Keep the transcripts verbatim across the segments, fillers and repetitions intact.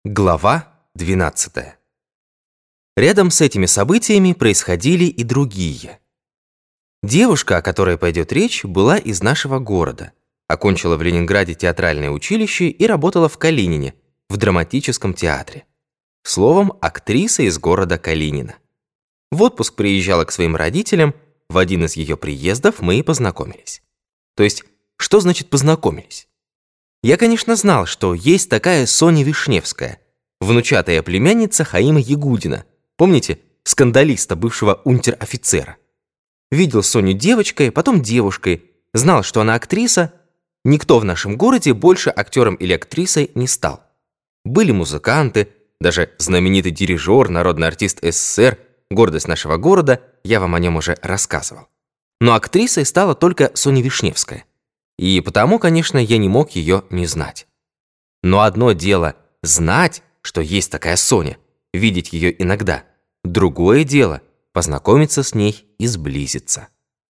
Глава двенадцатая. Рядом с этими событиями происходили и другие. Девушка, о которой пойдет речь, была из нашего города, окончила в Ленинграде театральное училище и работала в Калинине, в драматическом театре. Словом, актриса из города Калинина. В отпуск приезжала к своим родителям, в один из ее приездов мы и познакомились. То есть, что значит познакомились? Я, конечно, знал, что есть такая Соня Вишневская, внучатая племянница Хаима Ягудина, помните, скандалиста, бывшего унтер-офицера. Видел Соню девочкой, потом девушкой, знал, что она актриса. Никто в нашем городе больше актером или актрисой не стал. Были музыканты, даже знаменитый дирижер, народный артист СССР, гордость нашего города, я вам о нем уже рассказывал. Но актрисой стала только Соня Вишневская. И потому, конечно, я не мог ее не знать. Но одно дело знать, что есть такая Соня, видеть ее иногда. Другое дело познакомиться с ней и сблизиться.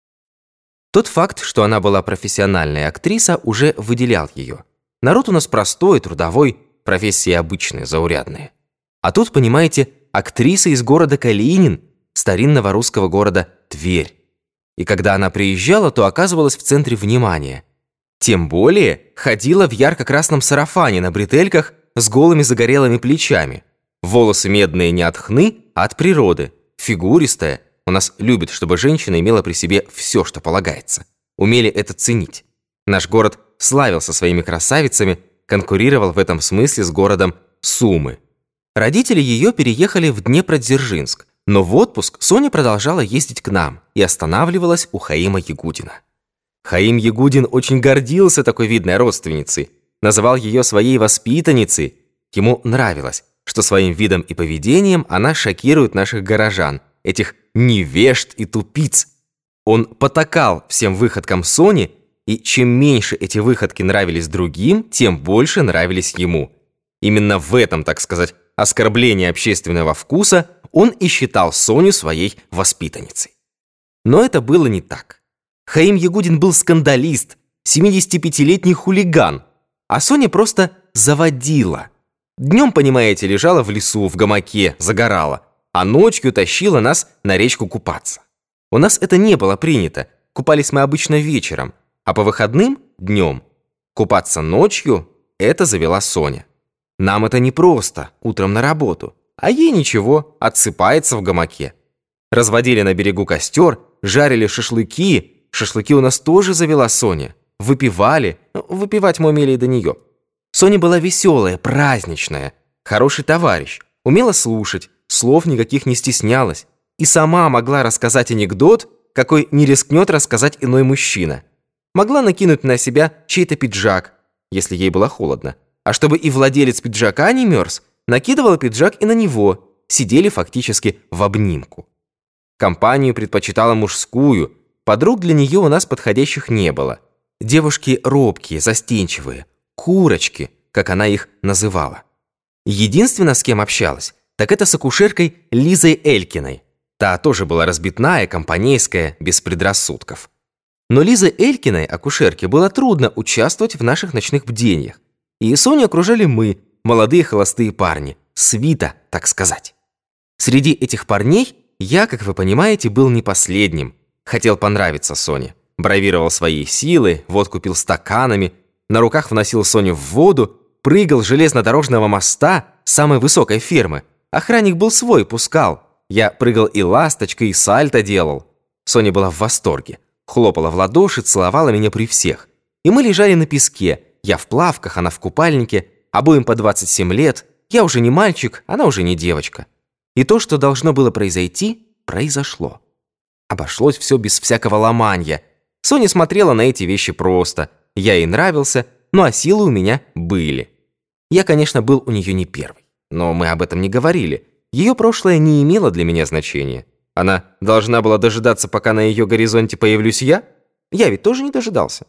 Тот факт, что она была профессиональная актриса, уже выделял ее. Народ у нас простой, трудовой, профессии обычные, заурядные. А тут, понимаете, актриса из города Калинин, старинного русского города Тверь. И когда она приезжала, то оказывалась в центре внимания. Тем более ходила в ярко-красном сарафане на бретельках с голыми загорелыми плечами. Волосы медные не от хны, а от природы. Фигуристая. У нас любят, чтобы женщина имела при себе все, что полагается. Умели это ценить. Наш город славился своими красавицами, конкурировал в этом смысле с городом Сумы. Родители ее переехали в Днепродзержинск, но в отпуск Соня продолжала ездить к нам и останавливалась у Хаима Ягудина. Хаим Ягудин очень гордился такой видной родственницей, называл ее своей воспитанницей. Ему нравилось, что своим видом и поведением она шокирует наших горожан, этих невежд и тупиц. Он потакал всем выходкам Сони, и чем меньше эти выходки нравились другим, тем больше нравились ему. Именно в этом, так сказать, оскорблении общественного вкуса он и считал Соню своей воспитанницей. Но это было не так. Хаим Ягудин был скандалист, семидесятипятилетний хулиган, а Соня просто заводила. Днем, понимаете, лежала в лесу, в гамаке, загорала, а ночью тащила нас на речку купаться. У нас это не было принято, купались мы обычно вечером, а по выходным – днем. Купаться ночью – это завела Соня. Нам это непросто, утром на работу, а ей ничего, отсыпается в гамаке. Разводили на берегу костер, жарили шашлыки. Шашлыки у нас тоже завела Соня. Выпивали. Выпивать мы умели и до нее. Соня была веселая, праздничная, хороший товарищ, умела слушать, слов никаких не стеснялась. И сама могла рассказать анекдот, какой не рискнет рассказать иной мужчина. Могла накинуть на себя чей-то пиджак, если ей было холодно. А чтобы и владелец пиджака не мерз, накидывала пиджак и на него. Сидели фактически в обнимку. Компанию предпочитала мужскую. Подруг для нее у нас подходящих не было. Девушки робкие, застенчивые, курочки, как она их называла. Единственное, с кем общалась, так это с акушеркой Лизой Элькиной. Та тоже была разбитная, компанейская, без предрассудков. Но Лизе Элькиной, акушерке, было трудно участвовать в наших ночных бдениях. И Соню окружали мы, молодые холостые парни, свита, так сказать. Среди этих парней я, как вы понимаете, был не последним. Хотел понравиться Соне. Бравировал своей силой, водку пил стаканами, на руках вносил Соню в воду, прыгал с железнодорожного моста самой высокой фермы. Охранник был свой, пускал. Я прыгал и ласточкой, и сальто делал. Соня была в восторге. Хлопала в ладоши, целовала меня при всех. И мы лежали на песке. Я в плавках, она в купальнике. Обоим по двадцать семь лет. Я уже не мальчик, она уже не девочка. И то, что должно было произойти, произошло. Обошлось все без всякого ломанья. Соня смотрела на эти вещи просто. Я ей нравился, ну а силы у меня были. Я, конечно, был у нее не первый. Но мы об этом не говорили. Ее прошлое не имело для меня значения. Она должна была дожидаться, пока на ее горизонте появлюсь я? Я ведь тоже не дожидался.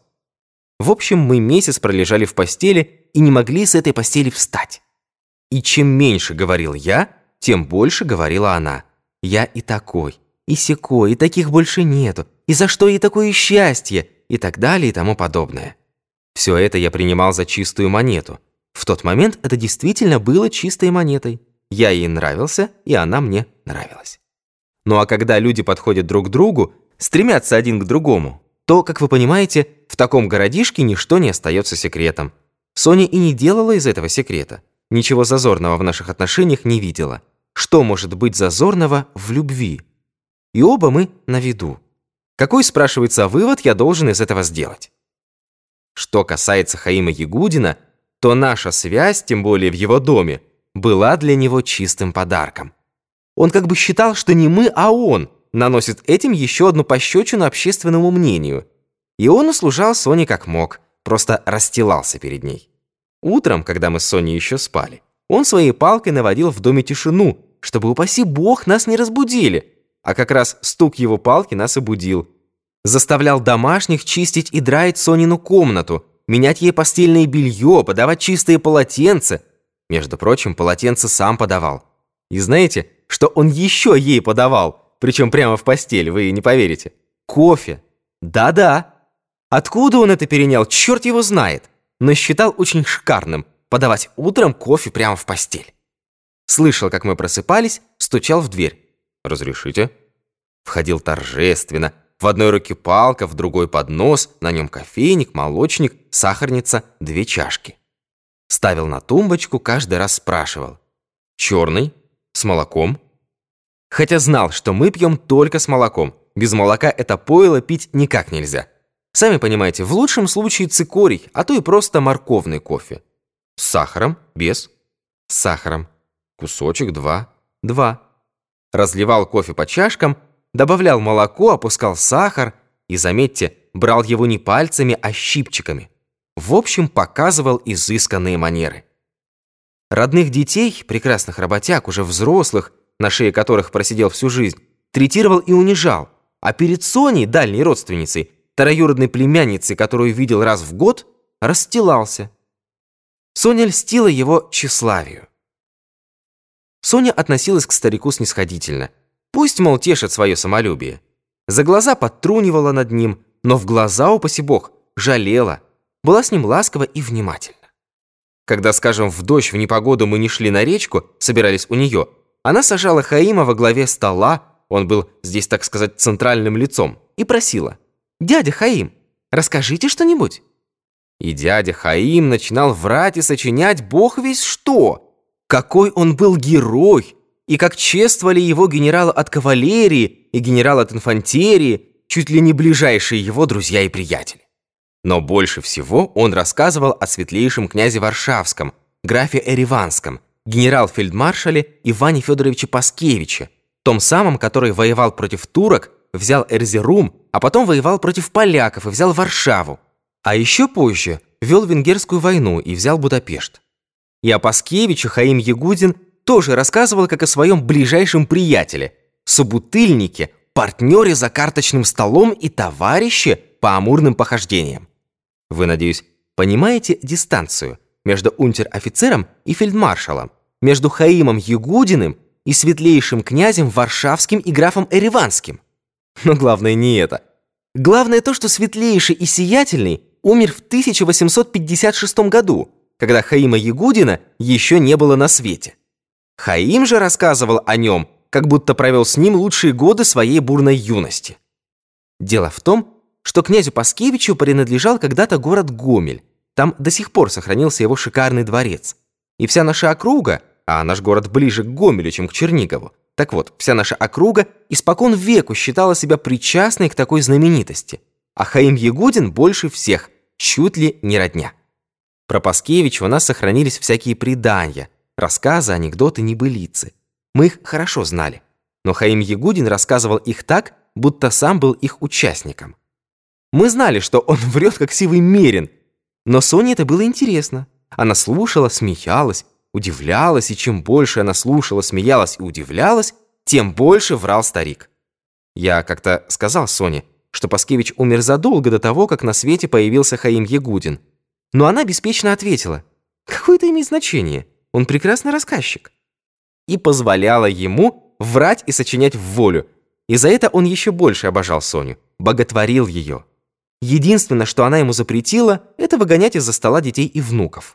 В общем, мы месяц пролежали в постели и не могли с этой постели встать. И чем меньше говорил я, тем больше говорила она. Я и такой, и сякой, и таких больше нету, и за что ей такое счастье, и так далее, и тому подобное. Все это я принимал за чистую монету. В тот момент это действительно было чистой монетой. Я ей нравился, и она мне нравилась. Ну а когда люди подходят друг к другу, стремятся один к другому, то, как вы понимаете, в таком городишке ничто не остается секретом. Соня и не делала из этого секрета. Ничего зазорного в наших отношениях не видела. Что может быть зазорного в любви? И оба мы на виду. Какой, спрашивается, вывод я должен из этого сделать? Что касается Хаима Ягудина, то наша связь, тем более в его доме, была для него чистым подарком. Он как бы считал, что не мы, а он наносит этим еще одну пощечину общественному мнению. И он услужал Соне как мог, просто расстилался перед ней. Утром, когда мы с Соней еще спали, он своей палкой наводил в доме тишину, чтобы, упаси бог, нас не разбудили. А как раз стук его палки нас и будил. Заставлял домашних чистить и драить Сонину комнату, менять ей постельное белье, подавать чистые полотенца. Между прочим, полотенце сам подавал. И знаете, что он еще ей подавал, причем прямо в постель, вы не поверите? Кофе. Да-да. Откуда он это перенял, черт его знает, но считал очень шикарным подавать утром кофе прямо в постель. Слышал, как мы просыпались, стучал в дверь. «Разрешите?» Входил торжественно. В одной руке палка, в другой поднос, на нем кофейник, молочник, сахарница, две чашки. Ставил на тумбочку, каждый раз спрашивал: «Черный? С молоком?» Хотя знал, что мы пьем только с молоком. Без молока это пойло пить никак нельзя. Сами понимаете, в лучшем случае цикорий, а то и просто морковный кофе. С сахаром? Без? С сахаром. Кусочек, два. Два. Разливал кофе по чашкам, добавлял молоко, опускал сахар и, заметьте, брал его не пальцами, а щипчиками. В общем, показывал изысканные манеры. Родных детей, прекрасных работяг, уже взрослых, на шее которых просидел всю жизнь, третировал и унижал, а перед Соней, дальней родственницей, троюродной племянницей, которую видел раз в год, расстилался. Соня льстила его тщеславию. Соня относилась к старику снисходительно. Пусть, мол, тешит свое самолюбие. За глаза подтрунивала над ним, но в глаза, упаси бог, жалела, была с ним ласкова и внимательна. Когда, скажем, в дождь, в непогоду мы не шли на речку, собирались у нее, она сажала Хаима во главе стола, он был здесь, так сказать, центральным лицом, и просила: «Дядя Хаим, расскажите что-нибудь». И дядя Хаим начинал врать и сочинять бог весь что. Какой он был герой, и как чествовали его генералы от кавалерии и генерал от инфантерии, чуть ли не ближайшие его друзья и приятели. Но больше всего он рассказывал о светлейшем князе Варшавском, графе Эреванском, генерал-фельдмаршале Иване Федоровиче Паскевиче, том самом, который воевал против турок, взял Эрзерум, а потом воевал против поляков и взял Варшаву, а еще позже вел Венгерскую войну и взял Будапешт. И о Паскевиче Хаим Ягудин тоже рассказывал как о своем ближайшем приятеле, собутыльнике, партнере за карточным столом и товарище по амурным похождениям. Вы, надеюсь, понимаете дистанцию между унтер-офицером и фельдмаршалом, между Хаимом Ягудиным и светлейшим князем Варшавским и графом Эреванским? Но главное не это. Главное то, что светлейший и сиятельный умер в тысяча восемьсот пятьдесят шестом году, когда Хаима Ягудина еще не было на свете. Хаим же рассказывал о нем, как будто провел с ним лучшие годы своей бурной юности. Дело в том, что князю Паскевичу принадлежал когда-то город Гомель. Там до сих пор сохранился его шикарный дворец. И вся наша округа, а наш город ближе к Гомелю, чем к Чернигову, так вот, вся наша округа испокон веку считала себя причастной к такой знаменитости. А Хаим Ягудин больше всех, чуть ли не родня. Про Паскевича у нас сохранились всякие предания, рассказы, анекдоты, небылицы. Мы их хорошо знали. Но Хаим Ягудин рассказывал их так, будто сам был их участником. Мы знали, что он врет, как сивый мерин. Но Соне это было интересно. Она слушала, смеялась, удивлялась, и чем больше она слушала, смеялась и удивлялась, тем больше врал старик. Я как-то сказал Соне, что Паскевич умер задолго до того, как на свете появился Хаим Ягудин. Но она беспечно ответила: «Какое это имеет значение? Он прекрасный рассказчик». И позволяла ему врать и сочинять в волю. И за это он еще больше обожал Соню, боготворил ее. Единственное, что она ему запретила, это выгонять из-за стола детей и внуков.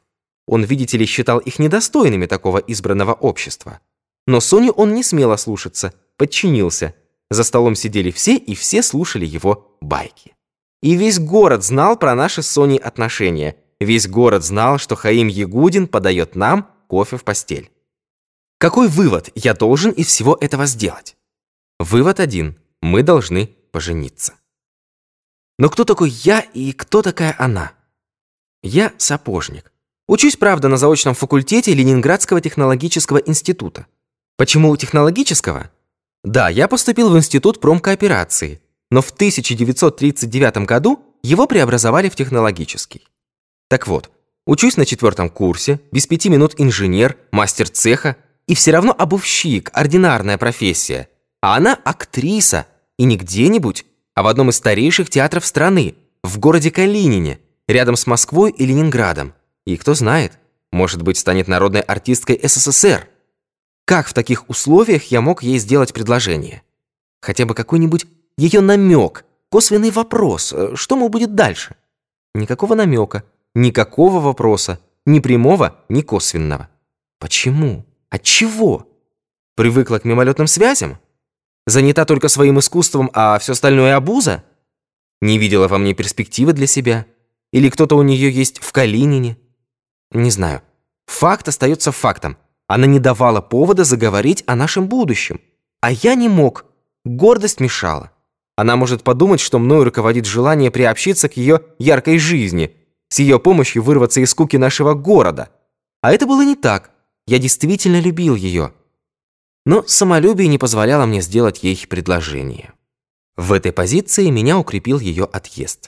Он, видите ли, считал их недостойными такого избранного общества. Но Соню он не смел ослушаться, подчинился. За столом сидели все, и все слушали его байки. И весь город знал про наши с Соней отношения. Весь город знал, что Хаим Ягудин подает нам кофе в постель. Какой вывод я должен из всего этого сделать? Вывод один. Мы должны пожениться. Но кто такой я и кто такая она? Я сапожник. Учусь, правда, на заочном факультете Ленинградского технологического института. Почему технологического? Да, я поступил в институт промкооперации, но в тысяча девятьсот тридцать девятом году его преобразовали в технологический. Так вот, учусь на четвертом курсе, без пяти минут инженер, мастер цеха, и все равно обувщик, ординарная профессия. А она актриса, и не где-нибудь, а в одном из старейших театров страны, в городе Калинине, рядом с Москвой и Ленинградом. И кто знает, может быть, станет народной артисткой СССР. Как в таких условиях я мог ей сделать предложение? Хотя бы какой-нибудь ее намек, косвенный вопрос, что, мол, будет дальше? Никакого намека, никакого вопроса, ни прямого, ни косвенного. Почему? Отчего? Привыкла к мимолетным связям? Занята только своим искусством, а все остальное обуза? Не видела во мне перспективы для себя? Или кто-то у нее есть в Калинине? Не знаю. Факт остается фактом. Она не давала повода заговорить о нашем будущем. А я не мог. Гордость мешала. Она может подумать, что мною руководит желание приобщиться к ее яркой жизни, с ее помощью вырваться из скуки нашего города. А это было не так. Я действительно любил ее. Но самолюбие не позволяло мне сделать ей предложение. В этой позиции меня укрепил ее отъезд.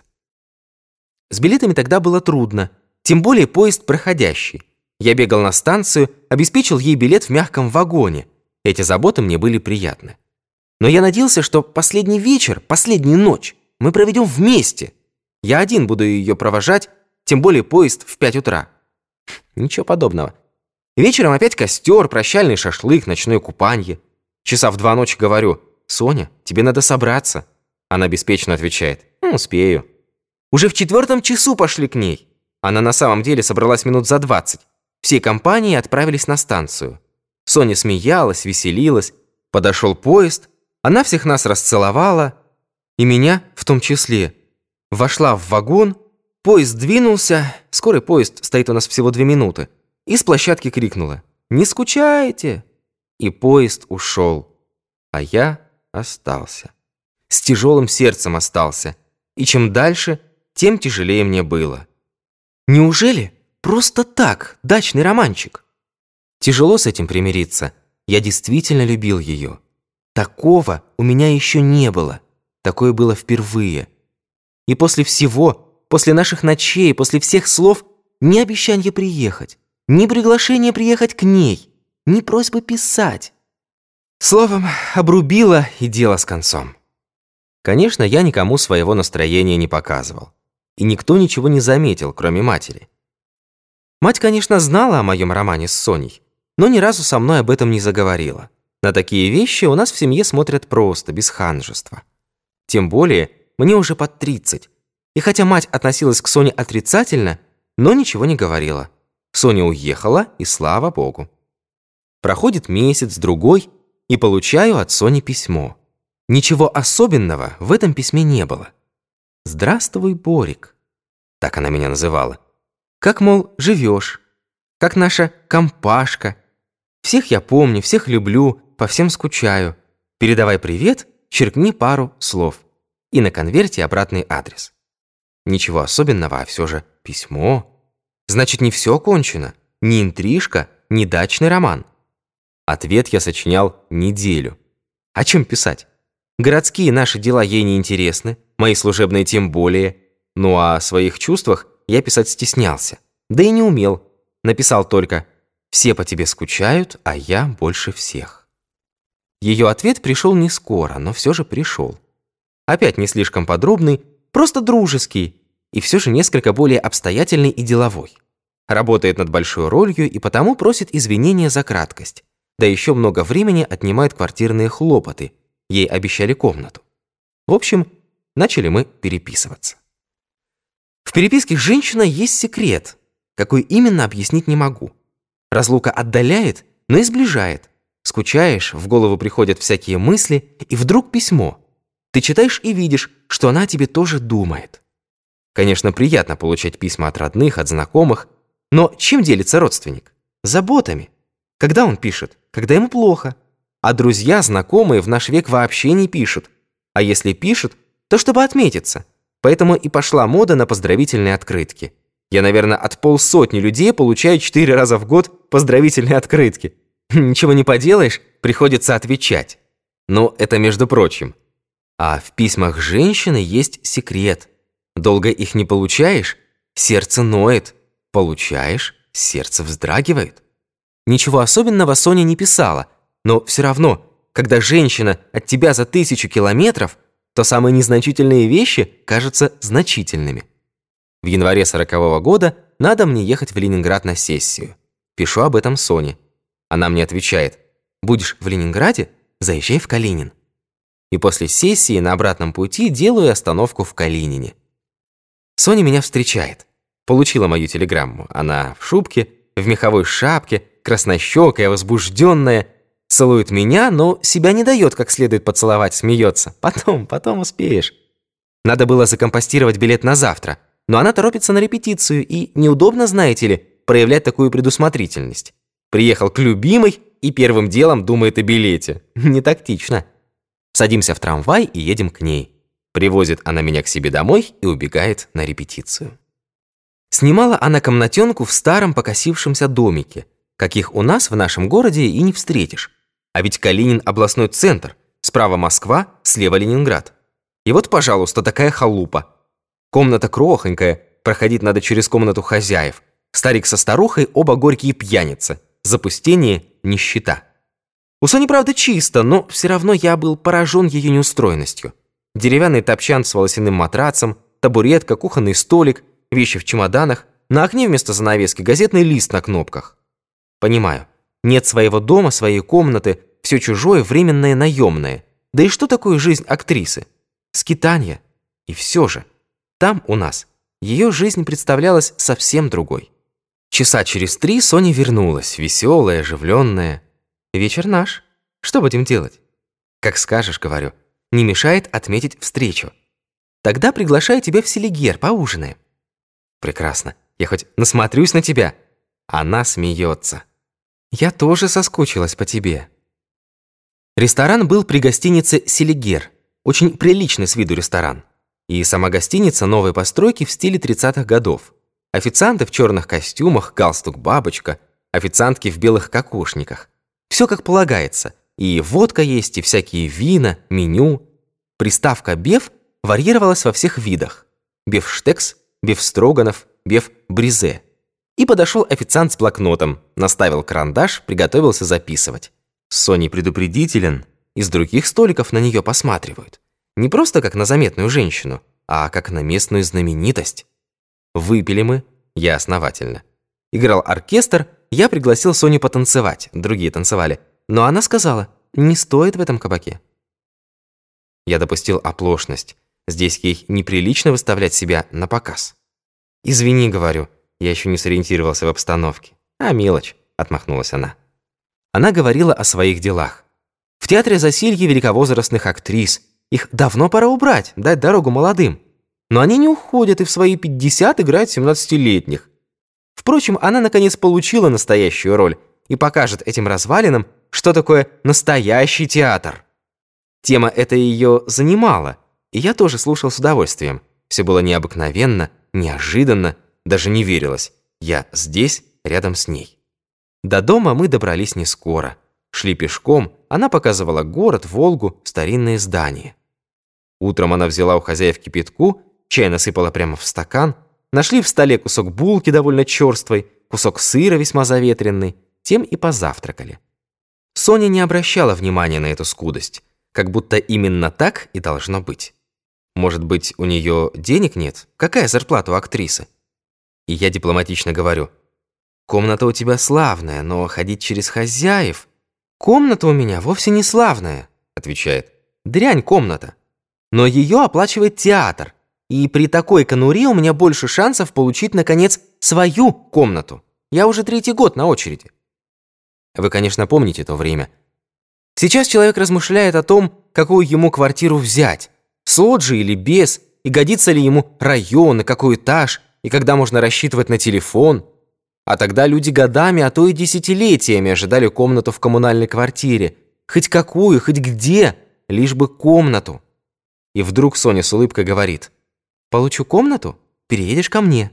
С билетами тогда было трудно, тем более поезд проходящий. Я бегал на станцию, обеспечил ей билет в мягком вагоне. Эти заботы мне были приятны. Но я надеялся, что последний вечер, последнюю ночь мы проведем вместе. Я один буду ее провожать, тем более поезд в пять утра. Ничего подобного. Вечером опять костер, прощальный шашлык, ночное купанье. Часа в два ночи говорю: «Соня, тебе надо собраться». Она беспечно отвечает: «Ну, успею». Уже в четвертом часу пошли к ней. Она на самом деле собралась минут за двадцать. Всей компанией отправились на станцию. Соня смеялась, веселилась. Подошел поезд. Она всех нас расцеловала. И меня в том числе. Вошла в вагон. Поезд двинулся. Скорый поезд стоит у нас всего две минуты. И с площадки крикнула: «Не скучаете!» И поезд ушел. А я остался. С тяжелым сердцем остался. И чем дальше, тем тяжелее мне было. Неужели просто так, дачный романчик? Тяжело с этим примириться. Я действительно любил ее. Такого у меня еще не было. Такое было впервые. И после всего, после наших ночей, после всех слов, ни обещания приехать, ни приглашения приехать к ней, ни просьбы писать. Словом, обрубила и дело с концом. Конечно, я никому своего настроения не показывал. И никто ничего не заметил, кроме матери. Мать, конечно, знала о моем романе с Соней, но ни разу со мной об этом не заговорила. На такие вещи у нас в семье смотрят просто, без ханжества. Тем более, мне уже под тридцать. И хотя мать относилась к Соне отрицательно, но ничего не говорила. Соня уехала, и слава богу. Проходит месяц, другой, и получаю от Сони письмо. Ничего особенного в этом письме не было. «Здравствуй, Борик», так она меня называла. «Как, мол, живешь? Как наша компашка? Всех я помню, всех люблю, по всем скучаю. Передавай привет, черкни пару слов». И на конверте обратный адрес. Ничего особенного, а все же письмо. Значит, не все кончено, ни интрижка, ни дачный роман. Ответ я сочинял неделю. О чем писать? Городские наши дела ей не интересны, мои служебные тем более. Ну а о своих чувствах я писать стеснялся. Да и не умел. Написал только: «Все по тебе скучают, а я больше всех». Ее ответ пришел не скоро, но все же пришел. Опять не слишком подробный, просто дружеский, и все же несколько более обстоятельный и деловой. Работает над большой ролью и потому просит извинения за краткость. Да еще много времени отнимают квартирные хлопоты. Ей обещали комнату. В общем, начали мы переписываться. В переписке с женщиной есть секрет. Какой именно, объяснить не могу. Разлука отдаляет, но и сближает. Скучаешь, в голову приходят всякие мысли, и вдруг письмо. Ты читаешь и видишь, что она о тебе тоже думает. Конечно, приятно получать письма от родных, от знакомых, но чем делится родственник? Заботами. Когда он пишет? Когда ему плохо. А друзья, знакомые в наш век вообще не пишут. А если пишут, то чтобы отметиться. Поэтому и пошла мода на поздравительные открытки. Я, наверное, от полсотни людей получаю четыре раза в год поздравительные открытки. Ничего не поделаешь, приходится отвечать. Но это между прочим. А в письмах женщины есть секрет. Долго их не получаешь, сердце ноет. Получаешь, сердце вздрагивает. Ничего особенного Соня не писала, но все равно, когда женщина от тебя за тысячу километров, то самые незначительные вещи кажутся значительными. В январе сорокового года надо мне ехать в Ленинград на сессию. Пишу об этом Соне. Она мне отвечает: «Будешь в Ленинграде? Заезжай в Калинин». И после сессии на обратном пути делаю остановку в Калинине. Соня меня встречает. Получила мою телеграмму. Она в шубке, в меховой шапке, краснощекая, возбужденная. Целует меня, но себя не дает как следует поцеловать, смеется. Потом, потом успеешь. Надо было закомпостировать билет на завтра, но она торопится на репетицию, и неудобно, знаете ли, проявлять такую предусмотрительность. Приехал к любимой и первым делом думает о билете. Не тактично. Садимся в трамвай и едем к ней. Привозит она меня к себе домой и убегает на репетицию. Снимала она комнатенку в старом покосившемся домике, каких у нас в нашем городе и не встретишь. А ведь Калинин областной центр, справа Москва, слева Ленинград. И вот, пожалуйста, такая халупа. Комната крохонькая, проходить надо через комнату хозяев. Старик со старухой оба горькие пьяницы. Запустение, нищета. У Сони, правда, чисто, но все равно я был поражен ее неустроенностью. Деревянный топчан с волосяным матрацем, табуретка, кухонный столик, вещи в чемоданах, на окне вместо занавески газетный лист на кнопках. Понимаю, нет своего дома, своей комнаты, все чужое, временное, наемное. Да и что такое жизнь актрисы? Скитанье. И все же, там у нас ее жизнь представлялась совсем другой. Часа через три Соня вернулась, веселая, оживленная. «Вечер наш. Что будем делать?» «Как скажешь», — говорю. «Не мешает отметить встречу. Тогда приглашаю тебя в Селигер, поужинаем». «Прекрасно. Я хоть насмотрюсь на тебя». Она смеется. «Я тоже соскучилась по тебе». Ресторан был при гостинице «Селигер». Очень приличный с виду ресторан. И сама гостиница новой постройки в стиле тридцатых годов. Официанты в черных костюмах, галстук-бабочка, официантки в белых кокошниках. Все как полагается. И водка есть, и всякие вина, меню. Приставка «беф» варьировалась во всех видах. Бефштекс, бефстроганов, беф-бризе. И подошел официант с блокнотом, наставил карандаш, приготовился записывать. Соня предупредителен, из других столиков на нее посматривают. Не просто как на заметную женщину, а как на местную знаменитость. Выпили мы, я основательно. Играл оркестр, я пригласил Соню потанцевать, другие танцевали. Но она сказала, не стоит в этом кабаке. Я допустил оплошность. Здесь ей неприлично выставлять себя на показ. «Извини», — говорю, я еще не сориентировался в обстановке. «А, мелочь», — отмахнулась она. Она говорила о своих делах. В театре засилье великовозрастных актрис. Их давно пора убрать, дать дорогу молодым. Но они не уходят и в свои пятьдесят играют семнадцатилетних. Впрочем, она наконец получила настоящую роль и покажет этим развалинам, что такое настоящий театр. Тема эта ее занимала, и я тоже слушал с удовольствием. Все было необыкновенно, неожиданно, даже не верилось. Я здесь, рядом с ней. До дома мы добрались не скоро. Шли пешком, она показывала город, Волгу, старинные здания. Утром она взяла у хозяев кипятку, чай насыпала прямо в стакан, нашли в столе кусок булки довольно черствой, кусок сыра весьма заветренный, тем и позавтракали. Соня не обращала внимания на эту скудость, как будто именно так и должно быть. Может быть, у нее денег нет? Какая зарплата у актрисы? И я дипломатично говорю: «Комната у тебя славная, но ходить через хозяев...» «Комната у меня вовсе не славная», — отвечает. «Дрянь комната. Но ее оплачивает театр. И при такой конуре у меня больше шансов получить, наконец, свою комнату. Я уже третий год на очереди. Вы, конечно, помните то время. Сейчас человек размышляет о том, какую ему квартиру взять, с лоджией или без, и годится ли ему район, и какой этаж, и когда можно рассчитывать на телефон. А тогда люди годами, а то и десятилетиями ожидали комнату в коммунальной квартире. Хоть какую, хоть где, лишь бы комнату. И вдруг Соня с улыбкой говорит: «Получу комнату, переедешь ко мне».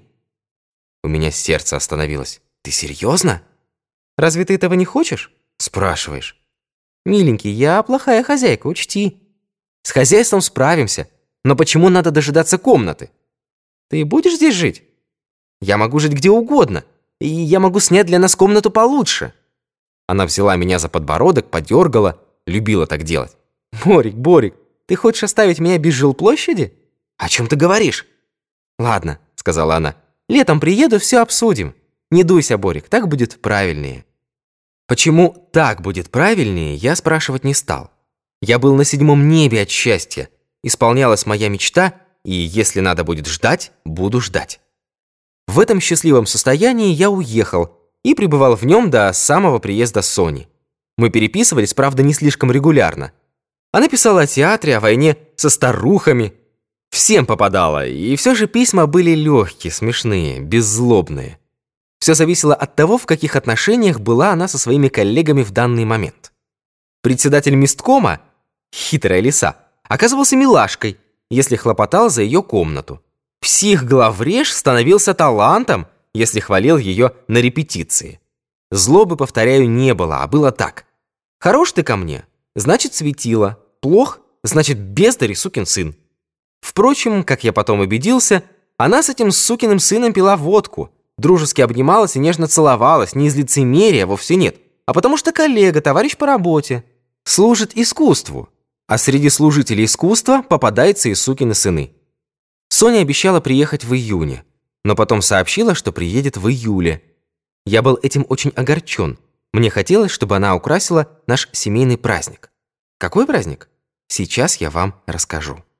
У меня сердце остановилось. «Ты серьезно? Разве ты этого не хочешь?» Спрашиваешь. «Миленький, я плохая хозяйка, учти. С хозяйством справимся, но почему надо дожидаться комнаты? Ты будешь здесь жить? Я могу жить где угодно, и я могу снять для нас комнату получше». Она взяла меня за подбородок, подергала, любила так делать. «Борик, Борик, ты хочешь оставить меня без жилплощади? О чем ты говоришь?» «Ладно», — сказала она, — «летом приеду, все обсудим. Не дуйся, Борик, так будет правильнее». Почему так будет правильнее, я спрашивать не стал. Я был на седьмом небе от счастья. Исполнялась моя мечта, и если надо будет ждать, буду ждать. В этом счастливом состоянии я уехал и пребывал в нем до самого приезда Сони. Мы переписывались, правда, не слишком регулярно. Она писала о театре, о войне со старухами. Всем попадала, и все же письма были легкие, смешные, беззлобные. Все зависело от того, в каких отношениях была она со своими коллегами в данный момент. Председатель месткома, хитрая лиса, оказывался милашкой, если хлопотал за ее комнату. Псих-главреж становился талантом, если хвалил ее на репетиции. Злобы, повторяю, не было, а было так. Хорош ты ко мне, значит, светило. Плох, значит, бездарь, сукин сын. Впрочем, как я потом убедился, она с этим сукиным сыном пила водку, дружески обнималась и нежно целовалась, не из лицемерия, вовсе нет, а потому что коллега, товарищ по работе, служит искусству, а среди служителей искусства попадаются и сукины сыны. Соня обещала приехать в июне, но потом сообщила, что приедет в июле. Я был этим очень огорчен. Мне хотелось, чтобы она украсила наш семейный праздник. Какой праздник? Сейчас я вам расскажу.